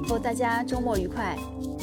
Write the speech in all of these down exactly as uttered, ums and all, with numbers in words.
祝大家周末愉快。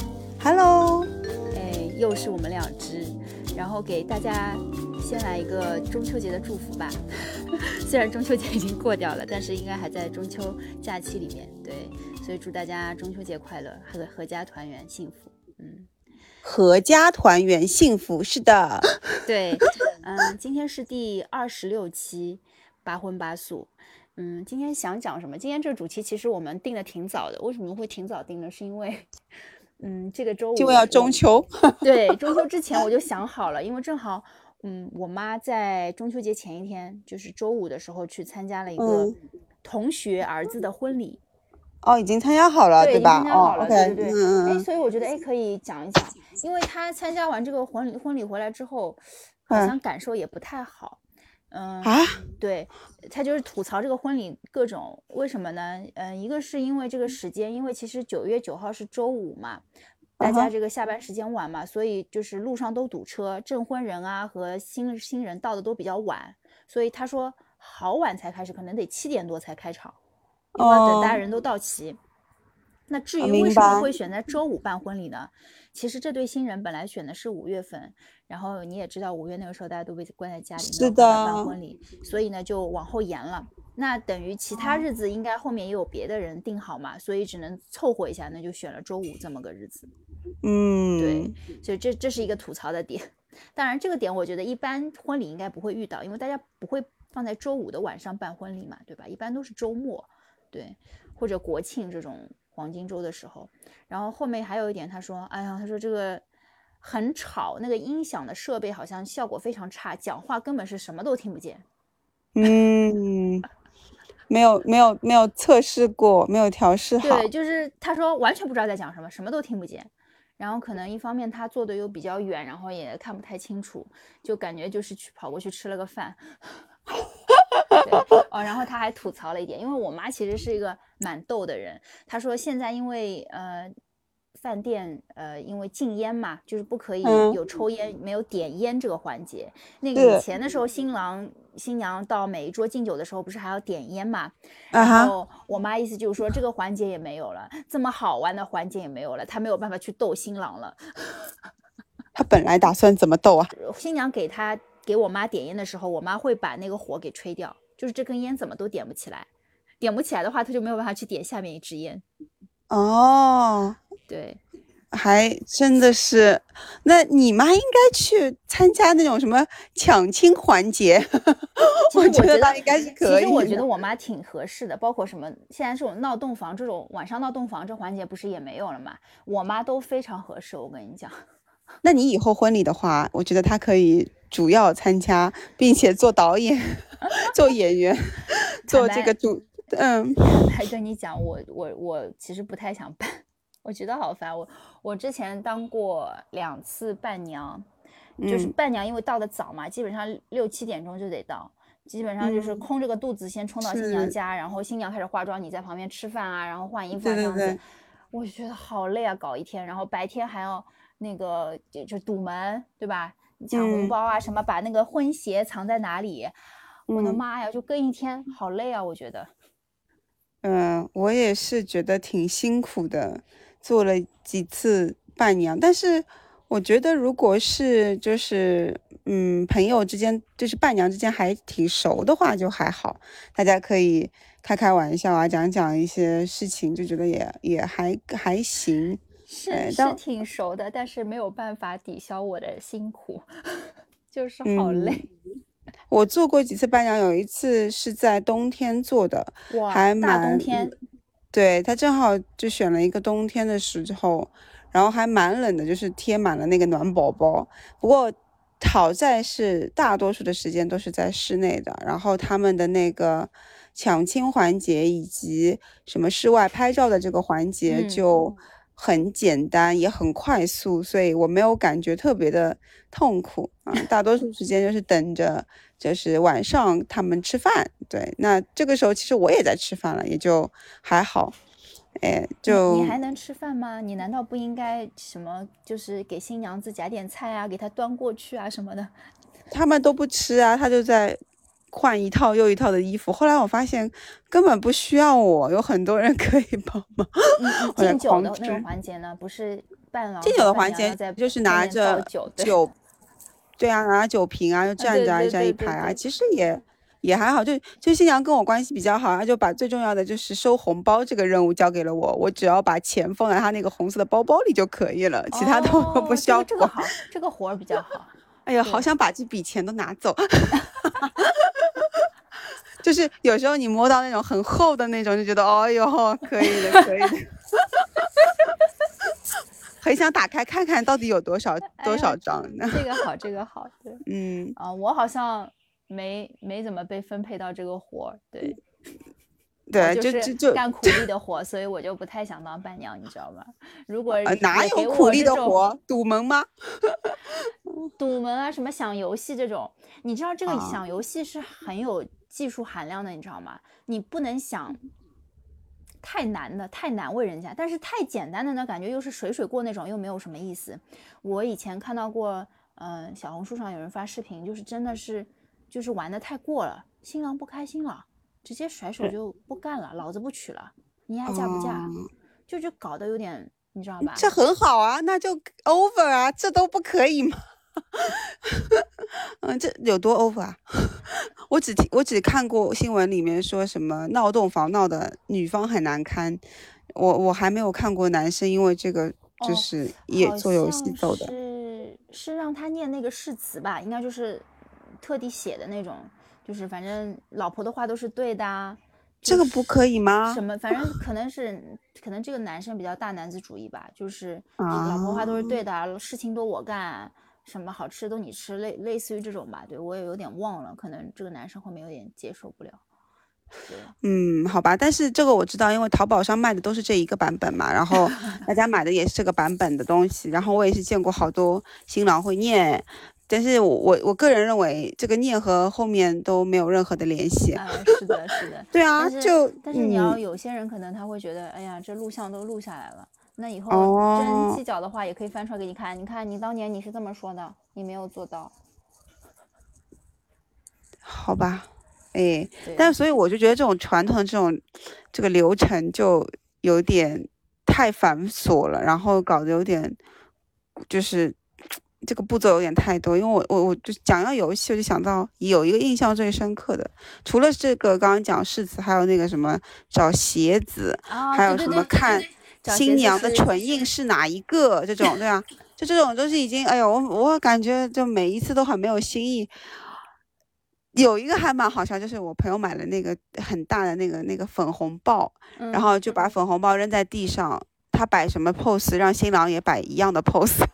Hello， 哎，又是我们两只，然后给大家先来一个中秋节的祝福吧。虽然中秋节已经过掉了，但是应该还在中秋假期里面，对，所以祝大家中秋节快乐，和阖家团圆幸福。嗯， 阖家团圆幸福，是的。 对，嗯，今天是第二十六期八荤八素。嗯，今天想讲什么？今天这个主题其实我们定的挺早的。为什么会挺早定呢？是因为，嗯，这个周五因为要中秋。 对，中秋之前我就想好了，因为正好，嗯，我妈在中秋节前一天，就是周五的时候去参加了一个同学儿子的婚礼。 嗯、哦，已经参加好了， 对， 对吧？ 已经参加好了， 哦、 对对对。 嗯哎，所以我觉得哎可以讲一讲，因为他参加完这个婚礼婚礼回来之后，好像感受也不太好。嗯啊， 对，他就是吐槽这个婚礼各种，为什么呢？嗯，一个是因为这个时间，因为其实九月九号是周五嘛，大家这个下班时间晚嘛，所以就是路上都堵车，证婚人啊和新新人到的都比较晚，所以他说好晚才开始，可能得七点多才开场，因为要等大家人都到齐。那至于为什么会选在周五办婚礼呢？其实这对新人本来选的是五月份，然后你也知道五月那个时候大家都被关在家里，没有办法办婚礼，所以呢就往后延了。那等于其他日子应该后面也有别的人定好嘛，所以只能凑合一下，那就选了周五这么个日子。 嗯， 对，所以这这是一个吐槽的点。当然这个点我觉得一般婚礼应该不会遇到，因为大家不会放在周五的晚上办婚礼嘛，对吧？一般都是周末，对，或者国庆这种黄金周的时候。然后后面还有一点他说，哎呀，他说这个很吵，那个音响的设备好像效果非常差，讲话根本是什么都听不见。 嗯，没有没有没有测试过，没有调试好。 对，就是他说完全不知道在讲什么，什么都听不见。然后可能一方面他坐的又比较远，然后也看不太清楚，就感觉就是去跑过去吃了个饭。对哦，然后他还吐槽了一点，因为我妈其实是一个蛮逗的人，她说现在因为呃饭店呃因为禁烟嘛，就是不可以有抽烟、嗯、没有点烟这个环节。那个以前的时候，新郎新娘到每一桌敬酒的时候，不是还要点烟嘛？然后我妈意思就是说这个环节也没有了，这么好玩的环节也没有了，她没有办法去逗新郎了。 她本来打算怎么逗啊？ 新娘给她给我妈点烟的时候，我妈会把那个火给吹掉。就是这根烟怎么都点不起来，点不起来的话，他就没有办法去点下面一支烟。 哦， 对， 还真的是。那你妈应该去参加那种什么抢亲环节。 我觉得她应该是可以。 其实我觉得我妈挺合适的，包括什么现在这种闹洞房，这种晚上闹洞房这环节不是也没有了嘛？我妈都非常合适，我跟你讲。 那你以后婚礼的话，我觉得她可以主要参加，并且做导演、做演员、做这个主。嗯， 还跟你讲，我我我其实不太想办，我觉得好烦。我我之前当过两次伴娘，就是伴娘，因为到的早嘛，基本上六七点钟就得到，基本上就是空着个肚子先冲到新娘家，然后新娘开始化妆，你在旁边吃饭啊，然后换衣服啊，这样子。对对对，我觉得好累啊，搞一天，然后白天还要那个就就堵门，对吧？抢红包啊，嗯、什么把那个婚鞋藏在哪里？我的妈呀，就跟一天，好累啊，我觉得。 嗯，我也是觉得挺辛苦的，做了几次伴娘，但是我觉得如果是就是嗯朋友之间，就是伴娘之间还挺熟的话就还好，大家可以开开玩笑啊，讲讲一些事情，就觉得也也还还行。 是是挺熟的，但是没有办法抵消我的辛苦，就是好累。 嗯，我做过几次伴娘，有一次是在冬天做的， 哇， 还蛮大冬天。 对，他正好就选了一个冬天的时候，然后还蛮冷的，就是贴满了那个暖宝宝。不过好在是大多数的时间都是在室内的，然后他们的那个抢亲环节以及什么室外拍照的这个环节就很简单，嗯、也很快速，所以我没有感觉特别的痛苦啊。大多数时间就是等着，就是晚上他们吃饭。对，那这个时候其实我也在吃饭了，也就还好。哎，就你, 你还能吃饭吗？你难道不应该什么就是给新娘子夹点菜啊，给她端过去啊什么的？ 他们都不吃啊，他就在换一套又一套的衣服。后来我发现根本不需要我，有很多人可以帮忙。 你敬酒的那个环节呢，不是伴郎敬酒的环节就是拿着酒， 酒对啊，拿着酒瓶啊，就站着啊，站一排啊，其实也也还好。就就新娘跟我关系比较好，她就把最重要的就是收红包这个任务交给了我，我只要把钱放在她那个红色的包包里就可以了，其他都不需要我。 这个好，这个活儿比较好。 哎呀，好想把这笔钱都拿走。就是有时候你摸到那种很厚的那种，就觉得哦哟，可以的，可以的。很想打开看看到底有多少、哎、多少张呢？ 这个好，这个好，对， 嗯啊，我好像没没怎么被分配到这个活，对， 对， 就就就干苦力的活，所以我就不太想当伴娘，你知道吗？如果、呃、 哪有苦力的活？堵门吗？ 堵门啊，什么想游戏这种，你知道这个想游戏是很有技术含量的，你知道吗？你不能想太难的，太难为人家，但是太简单的呢，感觉又是水水过那种，又没有什么意思。我以前看到过，嗯、呃，小红书上有人发视频，就是真的是，就是玩的太过了，新郎不开心了，直接甩手就不干了，老子不娶了，你爱嫁不嫁？哦、就就搞得有点，你知道吧？ 这很好啊，那就 over 啊，这都不可以吗？嗯，这有多 over 啊？我只听我只看过新闻里面说什么闹洞房闹的女方很难堪，我我还没有看过男生因为这个就是也做游戏走的。 哦、是是让他念那个誓词吧，应该就是特地写的那种，就是反正老婆的话都是对的啊。 这个不可以吗？ 什么，反正可能是可能这个男生比较大男子主义吧，就是老婆话都是对的，啊、事情都我干。什么好吃都你吃，类类似于这种吧，对，我也有点忘了，可能这个男生后面有点接受不了。 嗯，好吧，但是这个我知道，因为淘宝上卖的都是这一个版本嘛，然后大家买的也是这个版本的东西，然后我也是见过好多新郎会念，但是我我我个人认为这个念和后面都没有任何的联系。 啊、呃，是的，是的。 对啊， 但就但是你要有些人可能他会觉得，嗯、哎呀，这录像都录下来了。那以后真计较的话，也可以翻出来给你看。哦、你看，你当年你是这么说的，你没有做到。 好吧，哎，但所以我就觉得这种传统的这种这个流程就有点太繁琐了，然后搞得有点就是这个步骤有点太多。因为我我我就讲到游戏，我就想到有一个印象最深刻的，除了这个刚刚讲誓词，还有那个什么找鞋子， 哦、 还有什么看。新娘的唇印是哪一个？这种对啊，就这种都是已经，哎呦，我我感觉就每一次都很没有新意。有一个还蛮好笑，就是我朋友买了那个很大的那个那个粉红豹， 嗯、 然后就把粉红豹扔在地上，他摆什么 pose， 让新郎也摆一样的 pose。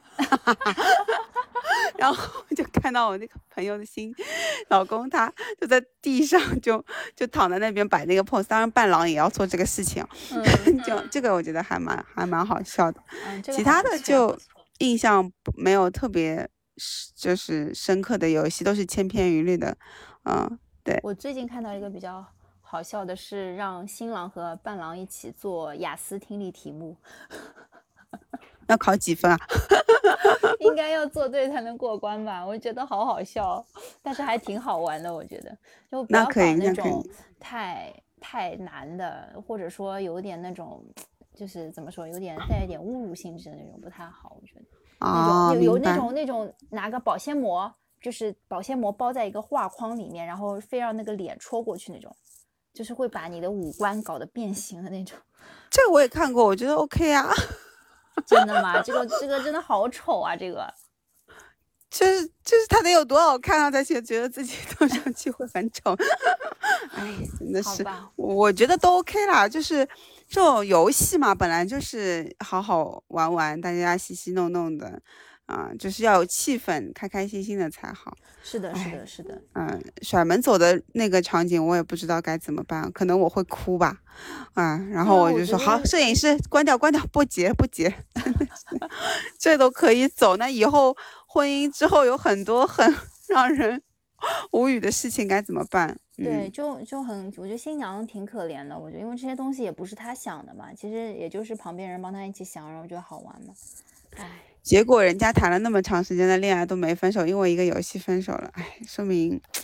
然后就看到我那个朋友的新老公，他就在地上就就躺在那边摆那个 pose， 当然伴郎也要做这个事情，嗯、就这个我觉得还蛮还蛮好笑的。 嗯、 其他的就印象没有特别就是深刻的游戏，都是千篇一律的。嗯，对。 我最近看到一个比较好笑的是，让新郎和伴郎一起做雅思听力题目。 要考几分啊？ 应该要做对才能过关吧，我觉得好好笑，但是还挺好玩的，我觉得就不要搞那种太太难的，或者说有点那种就是怎么说，有点带一点侮辱性质的那种不太好，我觉得。 哦， 那种有有那种那种拿个保鲜膜，就是保鲜膜包在一个画框里面，然后非让那个脸戳过去那种，就是会把你的五官搞得变形的那种。 这个我也看过，我觉得 OK 啊。 真的吗？这个这个真的好丑啊！这个， 就是就是他得有多好看啊，才觉得自己坐上去会很丑。哎，真的是，我觉得都 OK 啦。就是这种游戏嘛，本来就是好好玩玩，大家嬉戏弄弄的啊，就是要有气氛，开开心心的才好。 是的，是的，是的。 嗯，甩门走的那个场景，我也不知道该怎么办，可能我会哭吧。啊，然后我就说、嗯、好，摄影师关掉，关掉，不截，不截。这都可以走，那以后婚姻之后有很多很让人无语的事情该怎么办？ 嗯、对，就就很，我觉得新娘挺可怜的，我觉得因为这些东西也不是她想的嘛，其实也就是旁边人帮她一起想，然后觉得好玩嘛。哎， 结果人家谈了那么长时间的恋爱都没分手，因为一个游戏分手了，哎，说明，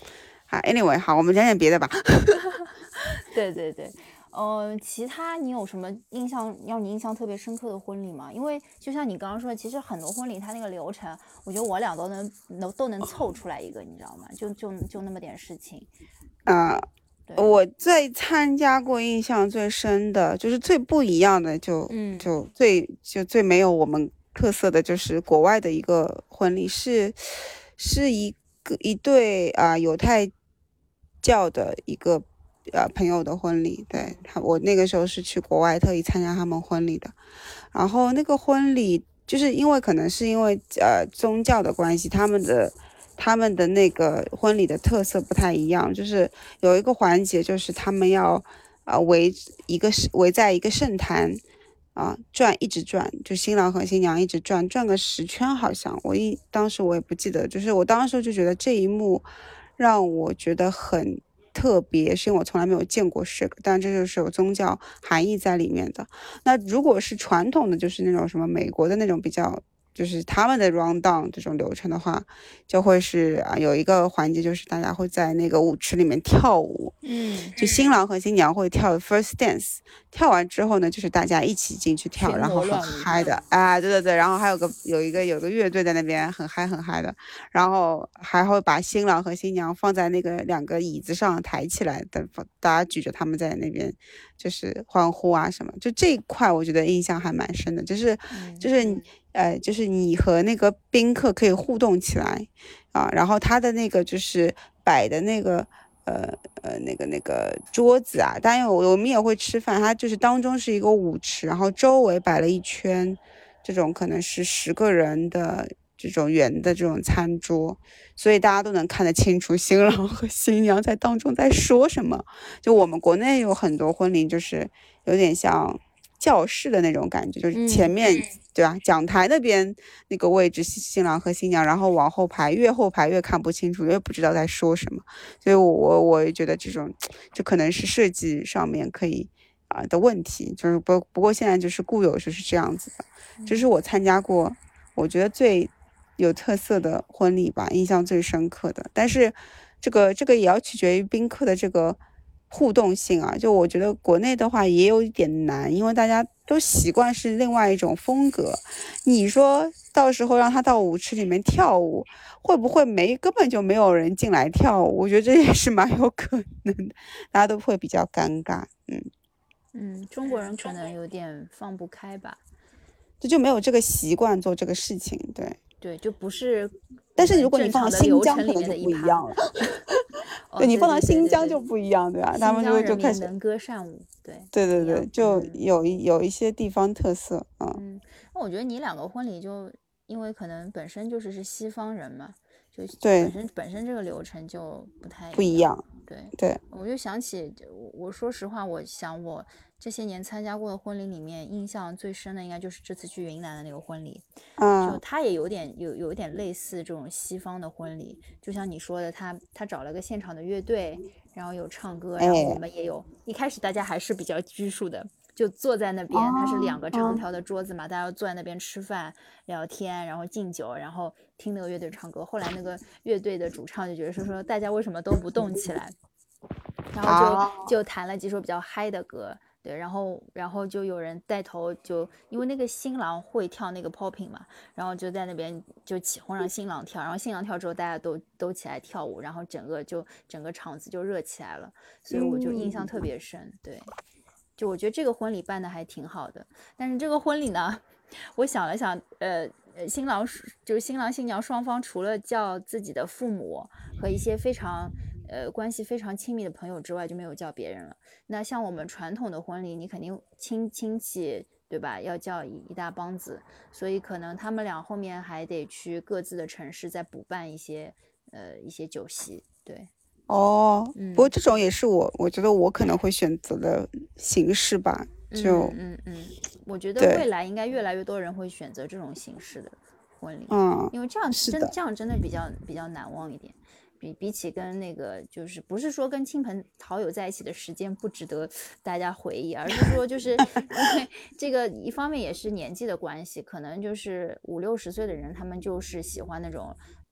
好 ，anyway， 好，我们讲讲别的吧。 对对对，呃，其他你有什么印象让你印象特别深刻的婚礼吗？因为就像你刚刚说的，其实很多婚礼它那个流程，我觉得我俩都能能都能凑出来一个，你知道吗？就就就那么点事情。 啊、 对， 我在参加过印象最深的，就是最不一样的就， 嗯就最就最没有我们特色的，就是国外的一个婚礼，是是一个一对啊、犹太教的一个呃朋友的婚礼。对他，我那个时候是去国外特意参加他们婚礼的。然后那个婚礼就是因为可能是因为呃宗教的关系，他们的他们的那个婚礼的特色不太一样，就是有一个环节就是他们要啊、呃围一个围在一个圣坛啊、转一直转，就新郎和新娘一直转转个十圈，好像我一当时我也不记得，就是我当时就觉得这一幕让我觉得很特别，是因为我从来没有见过这个，但这就是有宗教含义在里面的。那如果是传统的，就是那种什么美国的那种比较，就是他们的 round down 这种流程的话，就会是啊有一个环节，就是大家会在那个舞池里面跳舞， 嗯， 就新郎和新娘会跳 first dance，跳完之后呢，就是大家一起进去跳， 群然后很魔乱舞嗨的，啊，对对对，然后还有个有一个有个乐队在那边很嗨很嗨的，然后还会把新郎和新娘放在那个两个椅子上抬起来，等大家举着他们在那边就是欢呼啊什么，就这一块我觉得印象还蛮深的，就是嗯就是呃就是你和那个宾客可以互动起来啊，然后他的那个就是摆的那个。呃呃，那个那个桌子啊，当然我我们也会吃饭，它就是当中是一个舞池，然后周围摆了一圈，这种可能是十个人的这种圆的这种餐桌，所以大家都能看得清楚新郎和新娘在当中在说什么。就我们国内有很多婚礼，就是有点像教室的那种感觉，就是前面、嗯、对吧？讲台那边那个位置新郎和新娘，然后往后排，越后排越看不清楚，越不知道在说什么。所以我我我也觉得这种，这可能是设计上面可以啊、呃、的问题，就是不不过现在就是固有就是这样子的。这是我参加过我觉得最有特色的婚礼吧，印象最深刻的。但是这个这个也要取决于宾客的这个互动性啊，就我觉得国内的话也有一点难，因为大家都习惯是另外一种风格，你说到时候让他到舞池里面跳舞，会不会没根本就没有人进来跳舞？我觉得这也是蛮有可能的，大家都会比较尴尬。嗯嗯，中国人可能有点放不开吧， 这就没有这个习惯做这个事情。对对，就不是。 但是如果你放到新疆，可能就不一样了。 哦、 对，你放到新疆疆就不一样，对吧？他们就就开始能歌善舞，对对对对，就有一、嗯、有一些地方特色啊。 嗯，那我觉得你两个婚礼就因为可能本身就是是西方人嘛，就本身本身这个流程就不太不一样。 对对， 我就想起，我说实话，我想我这些年参加过的婚礼里面，印象最深的应该就是这次去云南的那个婚礼。 嗯， 就它也有点有有点类似这种西方的婚礼，就像你说的，他他找了个现场的乐队，然后有唱歌，然后我们也有。哎、一开始大家还是比较拘束的，就坐在那边，哦、它是两个长条的桌子嘛，哦、大家坐在那边吃饭、聊天，然后敬酒，然后听那个乐队唱歌。后来那个乐队的主唱就觉得说说大家为什么都不动起来，然后就就弹了几首比较嗨的歌。对，然后然后就有人带头，就因为那个新郎会跳那个 popping 嘛，然后就在那边就起哄让新郎跳，然后新郎跳之后大家都都起来跳舞，然后整个就整个场子就热起来了，所以我就印象特别深。对，就我觉得这个婚礼办的还挺好的，但是这个婚礼呢，我想了想，呃。新郎就是新郎新娘双方，除了叫自己的父母和一些非常呃关系非常亲密的朋友之外，就没有叫别人了。那像我们传统的婚礼，你肯定亲亲戚对吧，要叫一一大帮子，所以可能他们俩后面还得去各自的城市再补办一些呃一些酒席。对， 哦，嗯、不过这种也是我我觉得我可能会选择的形式吧。就嗯嗯嗯，我觉得未来应该越来越多人会选择这种形式的婚礼， 嗯， 因为这样真这样真的比较比较难忘一点，比比起跟那个就是不是说跟亲朋好友在一起的时间不值得大家回忆，而是说就是因为这个一方面也是年纪的关系，可能就是五六十岁的人他们就是喜欢那种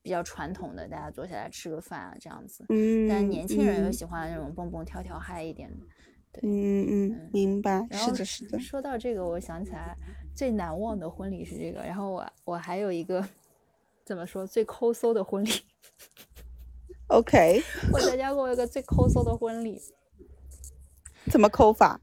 比较传统的，大家坐下来吃个饭啊这样子。 嗯， 但年轻人又嗯喜欢那种蹦蹦跳跳嗨一点的。对， 嗯嗯，明白， 然后是的，是的。 说到这个，我想起来最难忘的婚礼是这个，然后我我还有一个怎么说最抠搜的婚礼。 OK， 我参加过一个最抠搜的婚礼。 怎么抠法？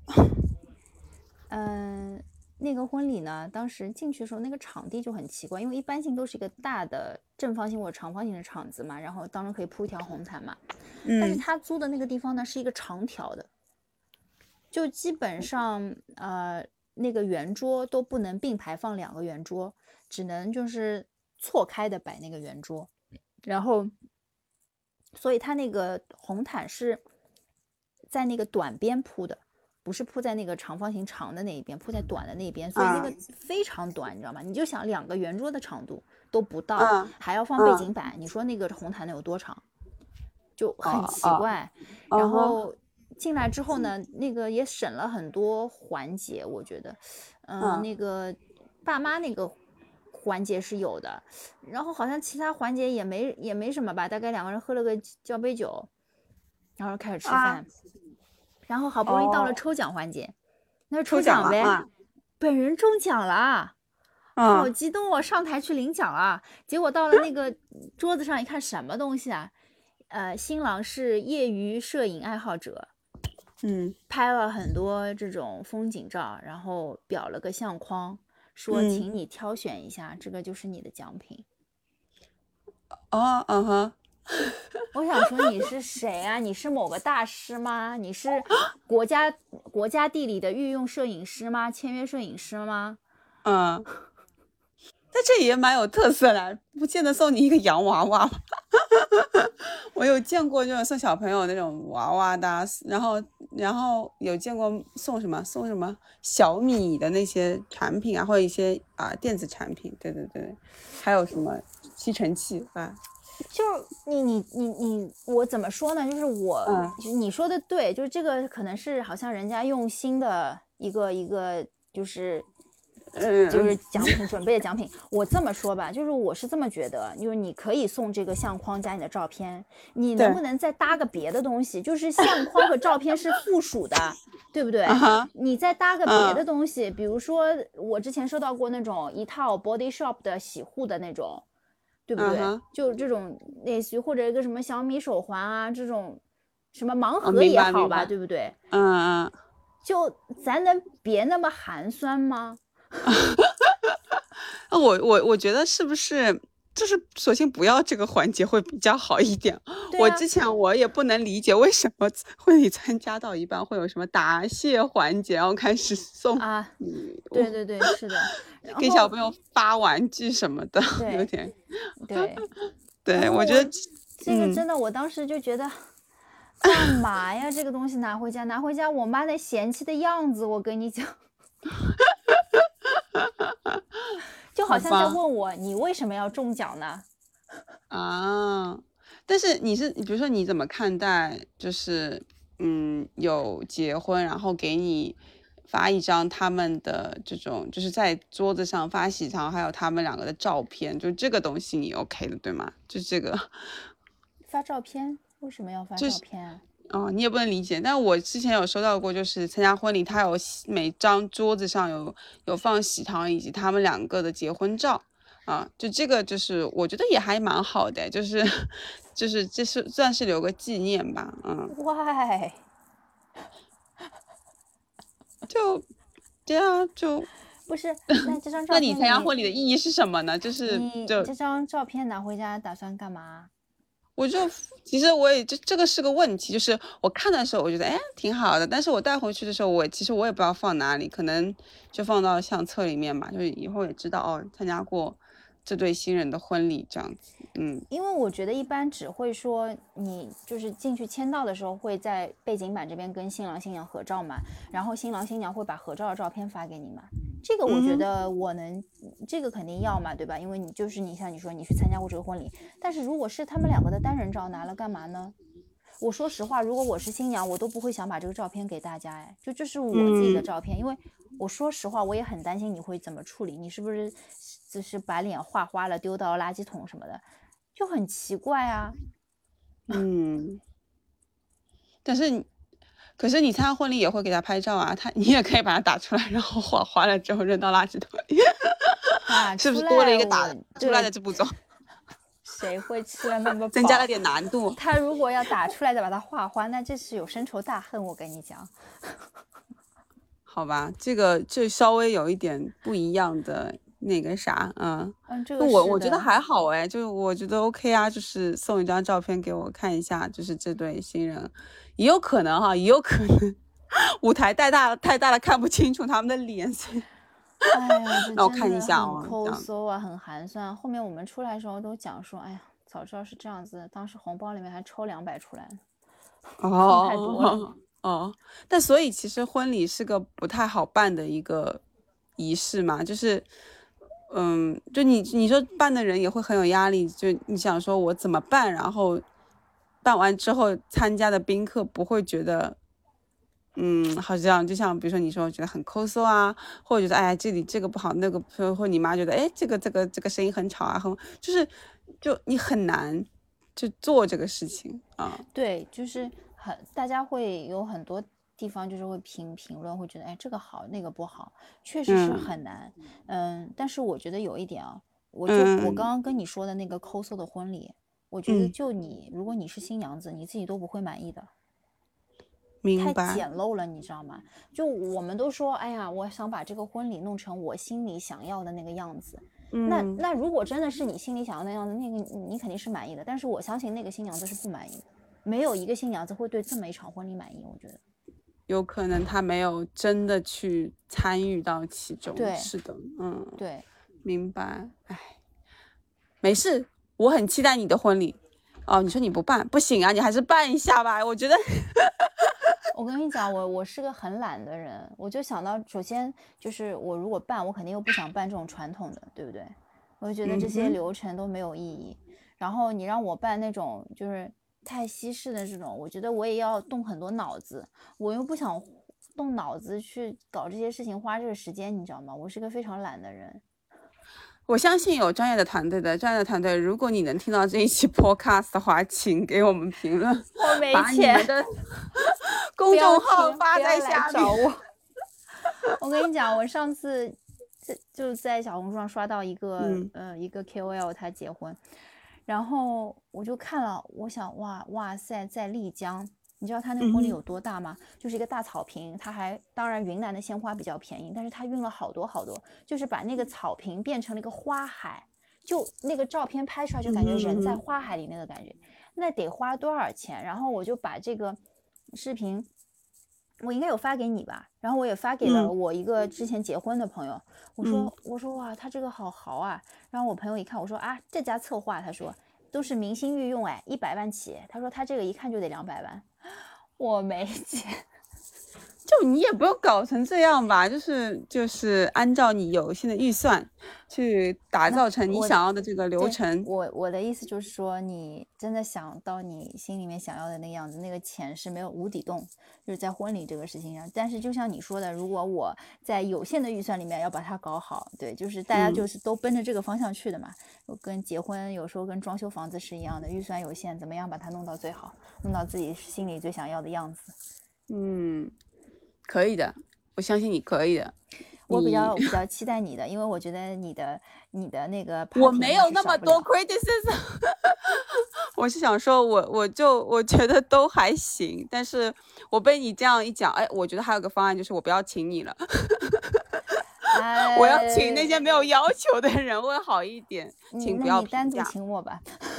嗯，那个婚礼呢，当时进去的时候，那个场地就很奇怪，因为一般性都是一个大的正方形或者长方形的场子嘛，然后当中可以铺一条红毯嘛。但是嗯他租的那个地方呢，是一个长条的，就基本上呃那个圆桌都不能并排放两个圆桌，只能就是错开的摆那个圆桌，然后所以他那个红毯是在那个短边铺的。不是铺在那个长方形长的那一边，铺在短的那一边，所以那个非常短，你知道吗？你就想两个圆桌的长度都不到， 嗯还要放背景板，你说那个红毯能有多长？就很奇怪。然后进来之后呢，那个也省了很多环节，我觉得，嗯，那个爸妈那个环节是有的，然后好像其他环节也没也没什么吧，大概两个人喝了个交杯酒，然后开始吃饭。然后好不容易到了抽奖环节，那抽奖呗， 啊、 本人中奖了， 啊、 好激动哦！上台去领奖了，结果到了那个桌子上一看，什么东西啊？呃，新郎是业余摄影爱好者， 嗯， 拍了很多这种风景照，然后裱了个相框，说请你挑选一下，嗯、这个就是你的奖品。 哦，嗯哼。 我想说你是谁啊？你是某个大师吗？你是国家国家地理的御用摄影师吗？签约摄影师吗？ 嗯，那这也蛮有特色的，不见得送你一个洋娃娃吧。我有见过这种送小朋友那种娃娃的，然后然后有见过送什么送什么小米的那些产品啊，或者一些啊电子产品，对对对，还有什么吸尘器啊。 就是你你你你我怎么说呢？就是我，嗯、你说的对，就是这个可能是好像人家用心的一个一个就是。就是奖品准备的奖品，我这么说吧，就是我是这么觉得，就是你可以送这个相框加你的照片，你能不能再搭个别的东西？就是相框和照片是附属的，对不对？ uh-huh, 你再搭个别的东西， uh-huh. 比如说我之前收到过那种一套 Body Shop 的洗护的那种，对不对？ uh-huh. 就这种类似于或者一个什么小米手环啊，这种什么盲盒也好吧， oh, 对不对？ 嗯嗯， 就咱能别那么寒酸吗？ 我我我觉得是不是就是索性不要这个环节会比较好一点。啊、我之前我也不能理解为什么婚礼参加到一半会有什么答谢环节，然后开始送啊，对对对，是的， 给小朋友发玩具什么的，有点对对，我觉得这个真的，我当时就觉得。干嘛呀？这个东西拿回家，拿回家，我妈那嫌弃的样子，我跟你讲，就好像在问我，你为什么要中奖呢？ 啊，但是你是，比如说你怎么看待，就是嗯，有结婚，然后给你发一张他们的这种，就是在桌子上发喜糖，还有他们两个的照片，就这个东西你 OK 的，对吗？就这个发照片。为什么要发照片啊？ 哦，你也不能理解，但我之前有收到过，就是参加婚礼，他有每张桌子上有有放喜糖以及他们两个的结婚照啊，就这个就是我觉得也还蛮好的，就是就是这是算是留个纪念吧，嗯。 Why？ 就对啊，就不是那这张照片， 那你参加婚礼的意义是什么呢？就是你就这张照片拿回家打算干嘛？ 我就其实我也这这个是个问题，就是我看的时候我觉得哎挺好的，但是我带回去的时候我其实我也不知道放哪里，可能就放到相册里面吧，就是以后也知道哦参加过这对新人的婚礼这样子。嗯， 因为我觉得一般只会说你就是进去签到的时候会在背景板这边跟新郎新娘合照嘛，然后新郎新娘会把合照的照片发给你嘛，这个我觉得我能、嗯、这个肯定要嘛，对吧？因为你就是你像你说你去参加过这个婚礼，但是如果是他们两个的单人照拿了干嘛呢？我说实话，如果我是新娘，我都不会想把这个照片给大家，哎，就这是我自己的照片、嗯、因为我说实话我也很担心你会怎么处理，你是不是就是把脸画花了丢到垃圾桶什么的， 就很奇怪啊。 嗯，但是你可是你参加婚礼也会给他拍照啊，他你也可以把它打出来，然后画花了之后扔到垃圾桶里， 打是不是出多了一个来我打出来的对这步骤， 谁会吃了那么增加了饱？ 点难度。 他如果要打出来再把它画花，那这是有深仇大恨，我跟你讲。 好吧，这个这稍微有一点不一样的那个啥，嗯， 嗯，这个我是的。 我觉得还好哎，就是我觉得 OK 啊，就是送一张照片给我看一下，就是这对新人，也有可能哈，也有可能舞台太大了，太大了看不清楚他们的脸，所以哎呀，这让我看一真的很下哦，这抠样搜啊，很寒酸。后面我们出来的时候都讲说，哎呀，早知道是这样子，当时红包里面还抽两百出来呢，坑太多了。 哦哦，但所以其实婚礼是个不太好办的一个仪式嘛，就是，嗯，就你你说办的人也会很有压力，就你想说我怎么办，然后办完之后参加的宾客不会觉得，嗯，好像就像比如说你说觉得很抠搜啊，或者觉得哎呀这里这个不好那个不好，或者你妈觉得哎这个这个这个声音很吵啊，很就是就你很难就做这个事情啊。 对，就是很大家会有很多地方就是会评评论，会觉得哎这个好那个不好，确实是嗯很难。嗯，但是我觉得有一点啊，我就我嗯刚刚跟你说的那个抠搜的婚礼，我觉得嗯， 就你如果你是新娘子，你自己都不会满意的。太明白。 简陋了，你知道吗？就我们都说，哎呀，我想把这个婚礼弄成我心里想要的那个样子。那嗯， 那如果真的是你心里想要的样子，那个你肯定是满意的。但是我相信那个新娘子是不满意的，没有一个新娘子会对这么一场婚礼满意。我觉得有可能他没有真的去参与到其中。 对是的，嗯， 对， 明白。哎，没事，我很期待你的婚礼。哦，你说你不办不行啊，你还是办一下吧。我觉得我跟你讲，我我是个很懒的人，我就想到，首先就是我如果办，我肯定又不想办这种传统的，对不对？我就觉得这些嗯哼流程都没有意义。然后你让我办那种就是太西式的这种，我觉得我也要动很多脑子，我又不想动脑子去搞这些事情，花这个时间，你知道吗？我是个非常懒的人。 我相信有专业的团队的，专业的团队，如果你能听到这一期 podcast 的话，请给我们评论， 我没把你钱们的公众号发在下面。 找我。我跟你讲，我上次就在小红书上刷到一个、 嗯、 呃一个 K O L 他结婚，然后我就看了，我想哇哇塞，在丽江，你知道他那个婚礼有多大吗？嗯、就是一个大草坪，他还当然云南的鲜花比较便宜，但是他运了好多好多，就是把那个草坪变成了一个花海，就那个照片拍出来就感觉人在花海里面的感觉，嗯、那得花多少钱？然后我就把这个视频。我应该有发给你吧，然后我也发给了我一个之前结婚的朋友，嗯、我说我说哇，他这个好豪啊！然后我朋友一看，我说啊，这家策划，他说都是明星御用，哎，一百万起，他说他这个一看就得两百万，我没钱。 就你也不用搞成这样吧，就是就是按照你有限的预算去打造成你想要的这个流程。 我我的意思就是说，你真的想到你心里面想要的那个样子，那个钱是没有无底洞，就是在婚礼这个事情上。但是就像你说的，如果我在有限的预算里面要把它搞好，对，就是大家就是都奔着这个方向去的嘛。嗯、跟结婚有时候跟装修房子是一样的，预算有限，怎么样把它弄到最好，弄到自己心里最想要的样子。 嗯。可以的，我相信你可以的。 我比较比较期待你的，因为我觉得你的你的那个我没有那么多 criticism 我是想说我我就我觉得都还行，但是我被你这样一讲，哎，我觉得还有个方案就是我不要请你了我要请那些没有要求的人会好一点，请不要评价。 那你单独请我吧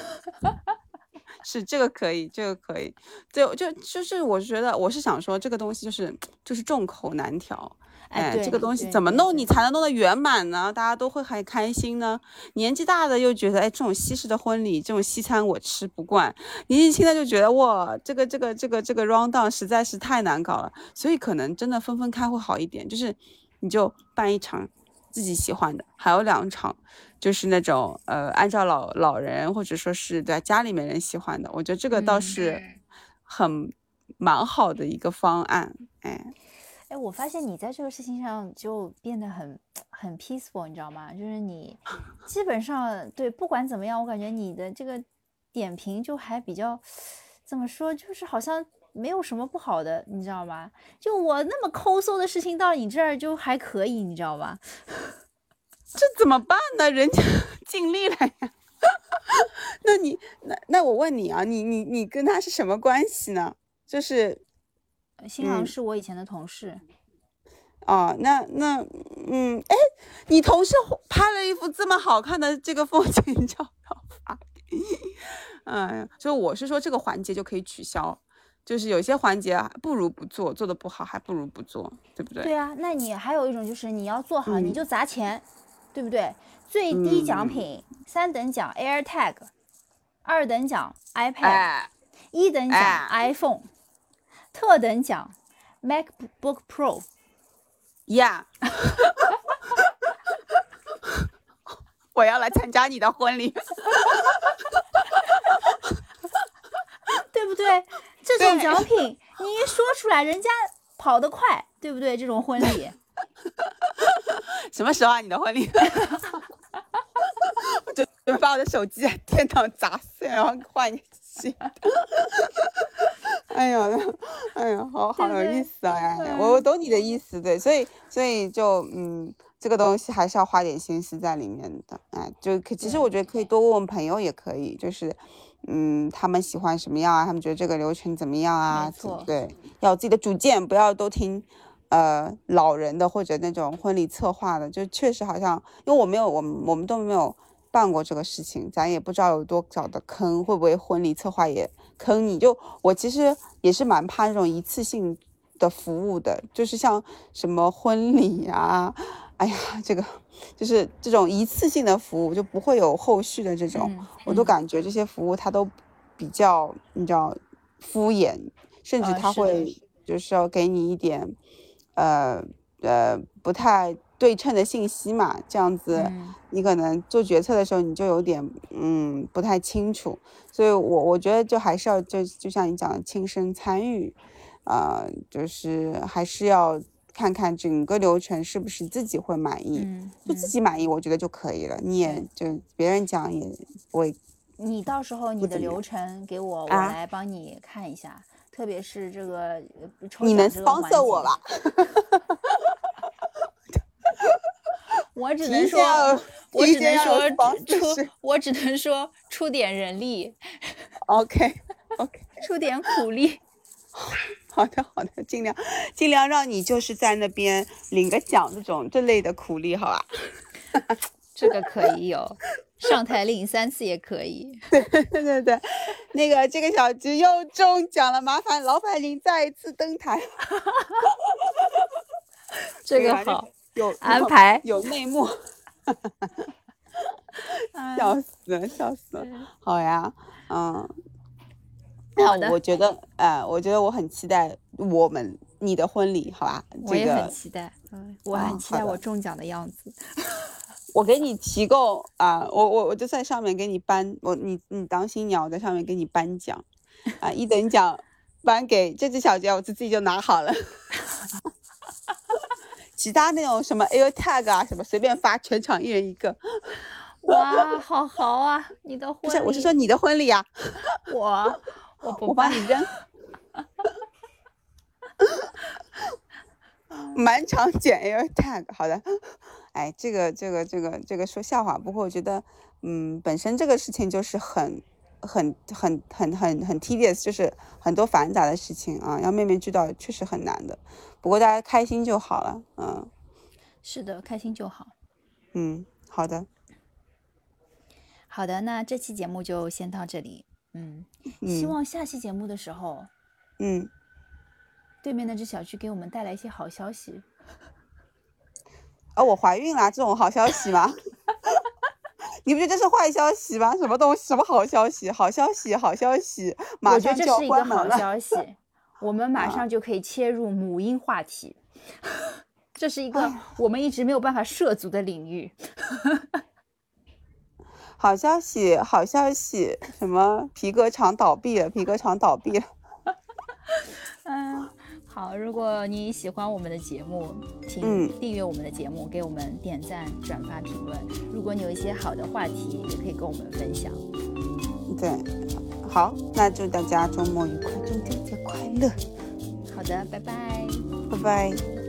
是这个可以，这个可以，就就就是我觉得我是想说这个东西就是就是众口难调，哎，这个东西怎么弄你才能弄得圆满呢？大家都会很开心呢。年纪大的又觉得哎，这种西式的婚礼，这种西餐我吃不惯；年纪轻的就觉得哇，这个这个这个这个 round down 实在是太难搞了，所以可能真的分分开会好一点，就是你就办一场自己喜欢的，还有两场。就是那种呃，按照老老人或者说是在家里面人喜欢的，我觉得这个倒是很蛮好的一个方案。哎哎，我发现你在这个事情上就变得很很 peaceful， 你知道吗？就是你基本上对不管怎么样，我感觉你的这个点评就还比较怎么说，就是好像没有什么不好的，你知道吗？就我那么抠搜的事情到你这儿就还可以，你知道吗？ 这怎么办呢？人家尽力了呀。那你那那我问你啊，你你你跟他是什么关系呢？就是新郎是我以前的同事。 哦，那那嗯，哎，你同事拍了一幅这么好看的这个风景照发给你，哎呀，所以我是说这个环节就可以取消，就是有些环节不如不做，做的不好还不如不做，对不对？ 对啊，那你还有一种就是你要做好， 嗯、 你就砸钱，对不对？最低奖品、嗯、三等奖 AirTag， 二等奖 iPad，、哎、一等奖、哎、iPhone， 特等奖 MacBook Pro。 呀、yeah. 我要来参加你的婚礼。 对不对？这种奖品你一说出来，人家跑得快，对不对？这种婚礼什么时候啊？你的婚礼？我就把我的手机电脑砸碎，然后换一个新的。哎呀，哎呀，好好有意思啊！哎，我我懂你的意思，对，所以所以就嗯，这个东西还是要花点心思在里面的。哎，就可其实我觉得可以多问问朋友，也可以，就是嗯，他们喜欢什么样啊？他们觉得这个流程怎么样啊？ 没错， 对，要有自己的主见，不要都听呃老人的或者那种婚礼策划的。就确实好像，因为我没有，我们我们都没有办过这个事情，咱也不知道有多少的坑，会不会婚礼策划也坑你。就我其实也是蛮怕这种一次性的服务的，就是像什么婚礼啊，哎呀，这个就是这种一次性的服务就不会有后续的这种， 嗯、 我都感觉这些服务它都比较你知道敷衍，甚至他会就是要给你一点、呃呃不太对称的信息嘛，这样子你可能做决策的时候你就有点嗯不太清楚，所以我我觉得就还是要就就像你讲的亲身参与，呃，就是还是要看看整个流程是不是自己会满意， 嗯、 就自己满意我觉得就可以了，你也就别人讲也不会。 你到时候你的流程给我，我来帮你看一下，啊、特别是这个抽奖这个环节。你能 sponsor 我吧？我只能说，我只能说出，我只能说出点人力。 OK OK， 出点苦力。 好的好的，尽量尽量让你就是在那边领个奖这种这类的苦力，好吧？ 这个可以有，上台领三次也可以。 对对对对，那个这个小菊又中奖了，麻烦老板您再一次登台。 这个好， 有安排有内幕。笑死了笑死了，好呀，嗯。那我觉得，呃，我觉得我很期待我们你的婚礼，好吧？ 我也很期待，嗯，我很期待我中奖的样子。 我给你提供啊，我我我就在上面给你颁，我你你当新娘，我在上面给你颁奖，啊，一等奖颁给这只小姐，我自己就拿好了。其他那种什么 AirTag 啊，什么随便发，全场一人一个。 哇，好豪啊！你的婚礼不是，我是说你的婚礼啊。 我我不我帮你扔。满场捡 AirTag， 好的。哎，这个这个这个这个说笑话，不过我觉得，嗯，本身这个事情就是很很很很很很 tedious， 就是很多繁杂的事情啊，要面面俱到确实很难的。不过大家开心就好了，嗯。 是的，开心就好。 嗯，好的。 好的，那这期节目就先到这里。嗯，希望下期节目的时候， 嗯， 对面那只小菊给我们带来一些好消息。 哦，我怀孕了，这种好消息吗？你不觉得这是坏消息吗？什么东西？什么好消息？好消息，好消息！马上就要关门了。 我觉得这是一个好消息，我们马上就可以切入母婴话题。这是一个我们一直没有办法涉足的领域。 好消息，好消息！什么皮革厂倒闭了？皮革厂倒闭了。 嗯， 好，如果你喜欢我们的节目，请订阅我们的节目，嗯、给我们点赞、转发、评论。如果你有一些好的话题，也可以跟我们分享。 对，好，那祝大家周末愉快，中秋节快乐。 好的，拜拜， 拜拜。